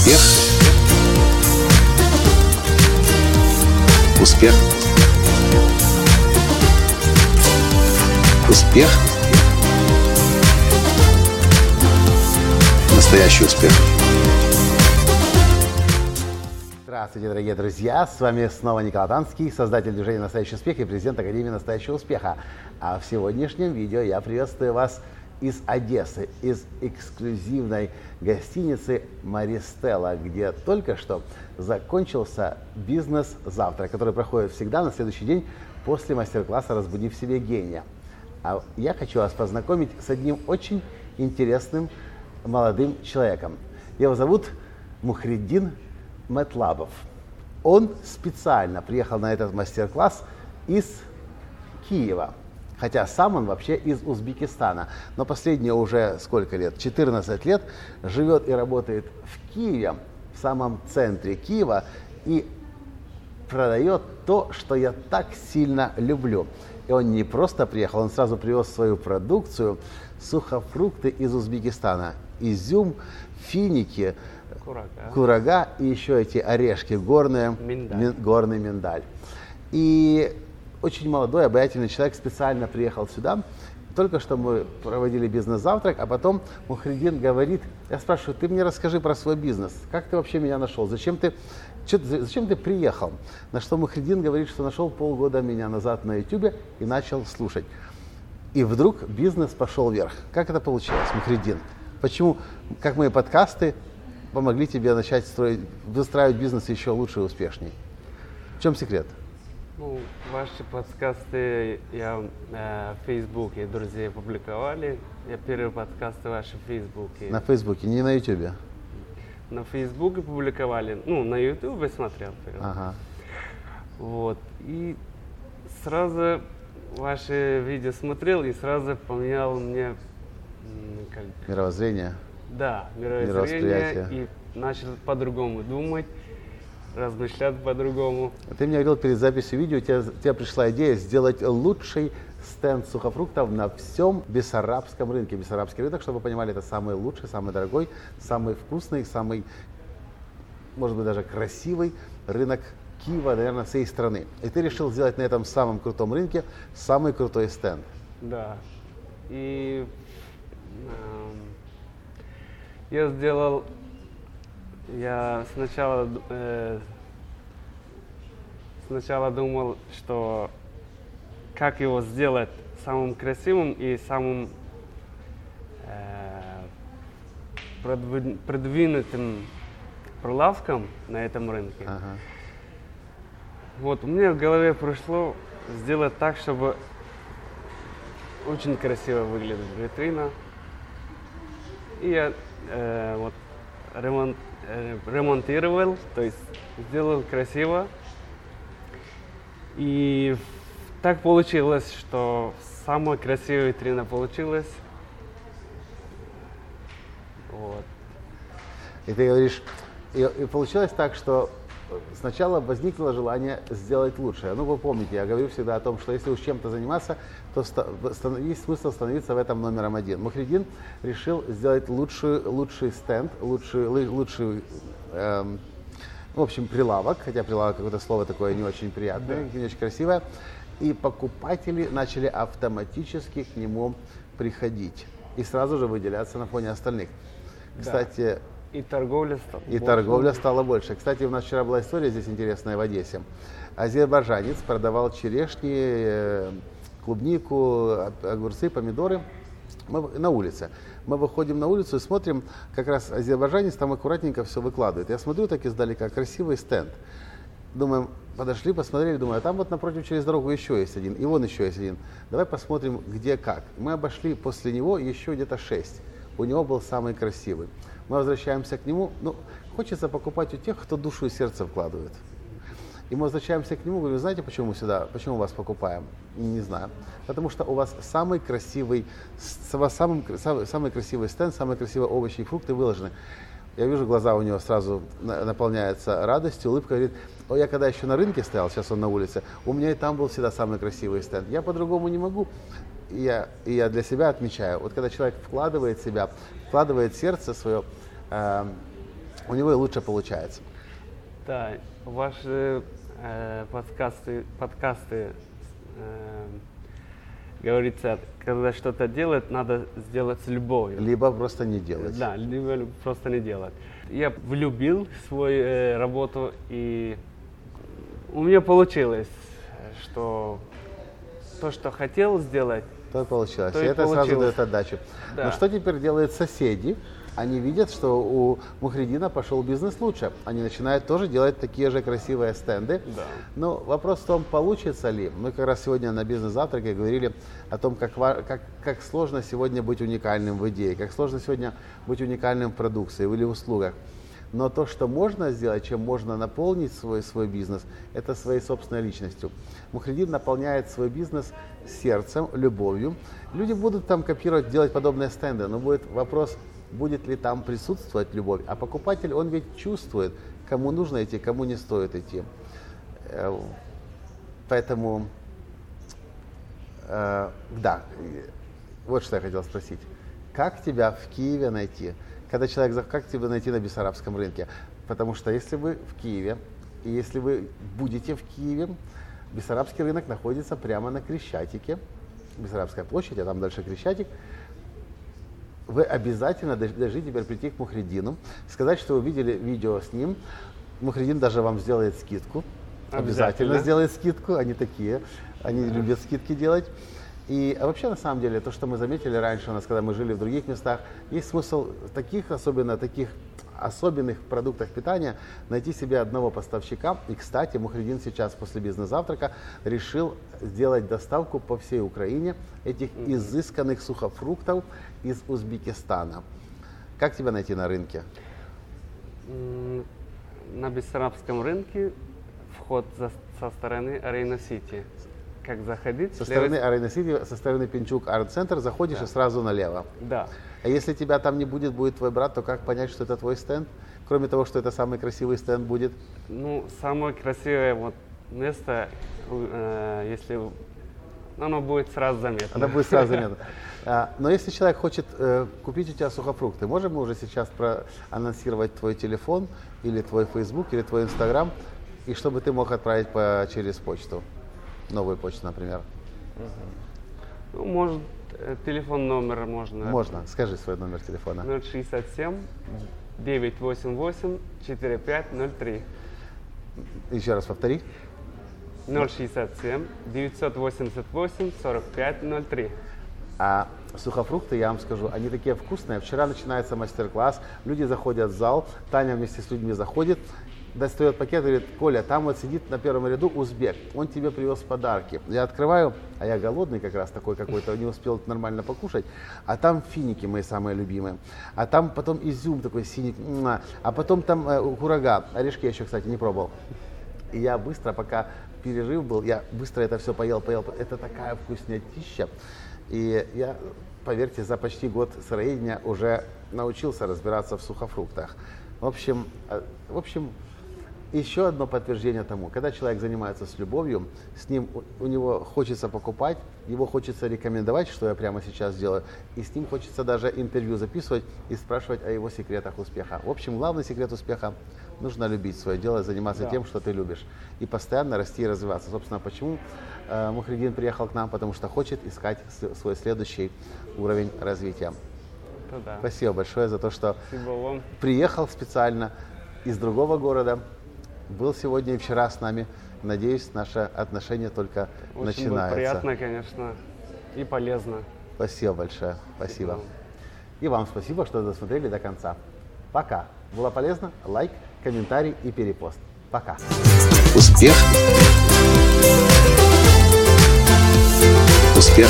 Успех. Успех. Успех. Настоящий успех. Здравствуйте, дорогие друзья! С вами снова Николай Танский, создатель движения «Настоящий успех» и президент Академии «Настоящего успеха». А в сегодняшнем видео я приветствую вас из Одессы, из эксклюзивной гостиницы «Маристелла», где только что закончился бизнес-завтрак, который проходит всегда на следующий день после мастер-класса «Разбуди в себе гения». А я хочу вас познакомить с одним очень интересным молодым человеком. Его зовут Мухриддин Метлабов. Он специально приехал на этот мастер-класс из Киева, хотя сам он вообще из Узбекистана. Но последние уже сколько лет? 14 лет живет и работает в Киеве, в самом центре Киева, и продает то, что я так сильно люблю. И он не просто приехал, он сразу привез свою продукцию, сухофрукты из Узбекистана, изюм, финики, курага и еще эти орешки, горный миндаль. И очень молодой, обаятельный человек специально приехал сюда. Только что мы проводили бизнес-завтрак, а потом Мухриддин говорит, я спрашиваю, ты мне расскажи про свой бизнес, как ты вообще меня нашел, зачем ты приехал? На что Мухриддин говорит, что нашел полгода меня назад на YouTube и начал слушать. И вдруг бизнес пошел вверх. Как это получилось, Мухриддин? Почему, как мои подкасты, помогли тебе начать выстраивать бизнес еще лучше и успешней? В чем секрет? Ну, ваши подкасты я в Фейсбуке, друзья, публиковали. Я первые подкасты ваши в Фейсбуке. На Фейсбуке, не на Ютубе? На Фейсбуке публиковали, ну, на Ютубе смотрел. Ага. Вот, и сразу ваши видео смотрел и сразу поменял мне... Мировоззрение? Да, мировоззрение, и начал по-другому думать, размышлять по-другому. Ты мне говорил перед записью видео, у тебя пришла идея сделать лучший стенд сухофруктов на всем бессарабском рынке. Бессарабский рынок, чтобы вы понимали, это самый лучший, самый дорогой, самый вкусный, самый, может быть, даже красивый рынок Киева, наверное, всей страны. И ты решил сделать на этом самом крутом рынке самый крутой стенд. Да. И я сначала думал, что как его сделать самым красивым и самым продвинутым прилавком на этом рынке. Ага. Вот, у меня в голове пришло сделать так, чтобы очень красиво выглядела витрина. И я ремонтировал, то есть сделал красиво. И так получилось, что самая красивая витрина получилась. Вот. И ты говоришь, и получилось так, что сначала возникло желание сделать лучше. Ну, вы помните, я говорю всегда о том, что если уж чем-то заниматься, то есть смысл становиться в этом номером один. Мухриддин решил сделать лучший стенд, лучший в общем, прилавок, хотя прилавок какое-то слово такое не очень приятное, не очень красивое, и покупатели начали автоматически к нему приходить и сразу же выделяться на фоне остальных. Кстати, и торговля стала больше. Кстати, у нас вчера была история здесь интересная в Одессе. Азербайджанец продавал черешни, клубнику, огурцы, помидоры на улице. Мы выходим на улицу и смотрим, как раз азербайджанец там аккуратненько все выкладывает. Я смотрю так издалека, красивый стенд. Думаем, подошли, посмотрели, думаю, а там вот напротив через дорогу еще есть один, и вон еще есть один. Давай посмотрим, где как. Мы обошли после него еще где-то 6. У него был самый красивый. Мы возвращаемся к нему. Ну, хочется покупать у тех, кто душу и сердце вкладывает. И мы возвращаемся к нему, говорю, знаете, почему вас покупаем? Не знаю. Потому что у вас самый красивый стенд, самые красивые овощи и фрукты выложены. Я вижу, глаза у него сразу наполняются радостью, улыбка, говорит, я когда еще на рынке стоял, сейчас он на улице, у меня и там был всегда самый красивый стенд. Я по-другому не могу. И я для себя отмечаю, вот когда человек вкладывает себя, вкладывает сердце свое, у него и лучше получается. Да, ваши подкасты говорится, когда что-то делать, надо сделать с любовью. Либо просто не делать. Да, либо просто не делать. Я влюбил в свою работу, и у меня получилось, что то, что хотел сделать, То и получилось. то И и это сразу получилось. дает отдачу. Да. Но что теперь делают соседи? Они видят, что у Мухридина пошел бизнес лучше. Они начинают тоже делать такие же красивые стенды. Да. Но вопрос в том, получится ли. Мы как раз сегодня на бизнес-завтраке говорили о том, как сложно сегодня быть уникальным в идее, как сложно сегодня быть уникальным в продукции или в услугах. Но то, что можно сделать, чем можно наполнить свой бизнес, это своей собственной личностью. Мухридин наполняет свой бизнес сердцем, любовью. Люди будут там копировать, делать подобные стенды, но будет вопрос, будет ли там присутствовать любовь. А покупатель, он ведь чувствует, кому нужно идти, кому не стоит идти. Поэтому, да, вот что я хотел спросить. Как тебя в Киеве найти? Как тебя найти на Бессарабском рынке? Потому что если вы в Киеве, и если вы будете в Киеве, Бессарабский рынок находится прямо на Крещатике, Бессарабская площадь, а там дальше Крещатик. Вы обязательно должны теперь прийти к Мухридину, сказать, что вы видели видео с ним. Мухридин даже вам сделает скидку. Обязательно сделает скидку. Они такие, они любят скидки делать. А вообще, на самом деле, то, что мы заметили раньше у нас, когда мы жили в других местах, есть смысл в таких особенных продуктах питания найти себе одного поставщика. И, кстати, Мухридин сейчас после бизнес-завтрака решил сделать доставку по всей Украине этих изысканных сухофруктов из Узбекистана. Как тебя найти на рынке? На Бессарабском рынке вход со стороны Arena City. Как заходить? Со стороны Arena City, со стороны Пинчук Арт-центр заходишь, да, и сразу налево. Да. А если тебя там не будет, будет твой брат, то как понять, что это твой стенд? Кроме того, что это самый красивый стенд будет? Ну, самое красивое место, если оно будет сразу заметно. Оно будет сразу заметно. Но если человек хочет купить у тебя сухофрукты, можем мы уже сейчас проанонсировать твой телефон, или твой Facebook, или твой Instagram, и чтобы ты мог отправить через почту? Новую почту, например. Ну, может, номер можно. Можно. Скажи свой номер телефона. 067 988 4503. Еще раз повтори. 067 988 4503. А сухофрукты, я вам скажу, они такие вкусные. Вчера начинается мастер-класс, люди заходят в зал, Таня вместе с людьми заходит, достает пакет и говорит: Коля, там вот сидит на первом ряду узбек, он тебе привез подарки. Я открываю, а я голодный как раз такой какой-то, не успел нормально покушать, а там финики мои самые любимые, а там потом изюм такой синий, а потом там курага, орешки я еще, кстати, не пробовал. И я быстро, пока перерыв был, я быстро это все поел. Это такая вкуснятища. И я, поверьте, за почти год сыроедения уже научился разбираться в сухофруктах. В общем, еще одно подтверждение тому, когда человек занимается с любовью, с ним у него хочется покупать, его хочется рекомендовать, что я прямо сейчас делаю, и с ним хочется даже интервью записывать и спрашивать о его секретах успеха. В общем, главный секрет успеха – нужно любить свое дело, заниматься тем, что ты любишь, и постоянно расти и развиваться. Собственно, почему Мухридин приехал к нам? Потому что хочет искать свой следующий уровень развития. Да. Спасибо большое за то, что вам приехал специально из другого города. Был сегодня и вчера с нами. Надеюсь, наше отношение только очень начинается. Приятно, конечно, и полезно. Спасибо большое. Спасибо. И вам спасибо, что досмотрели до конца. Пока. Было полезно? Лайк, комментарий и перепост. Пока. Успех. Успех.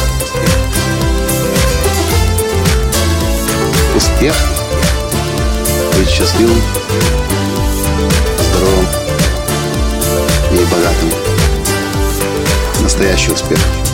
Успех. Быть счастливым, здоровым и богатым. Настоящий успех.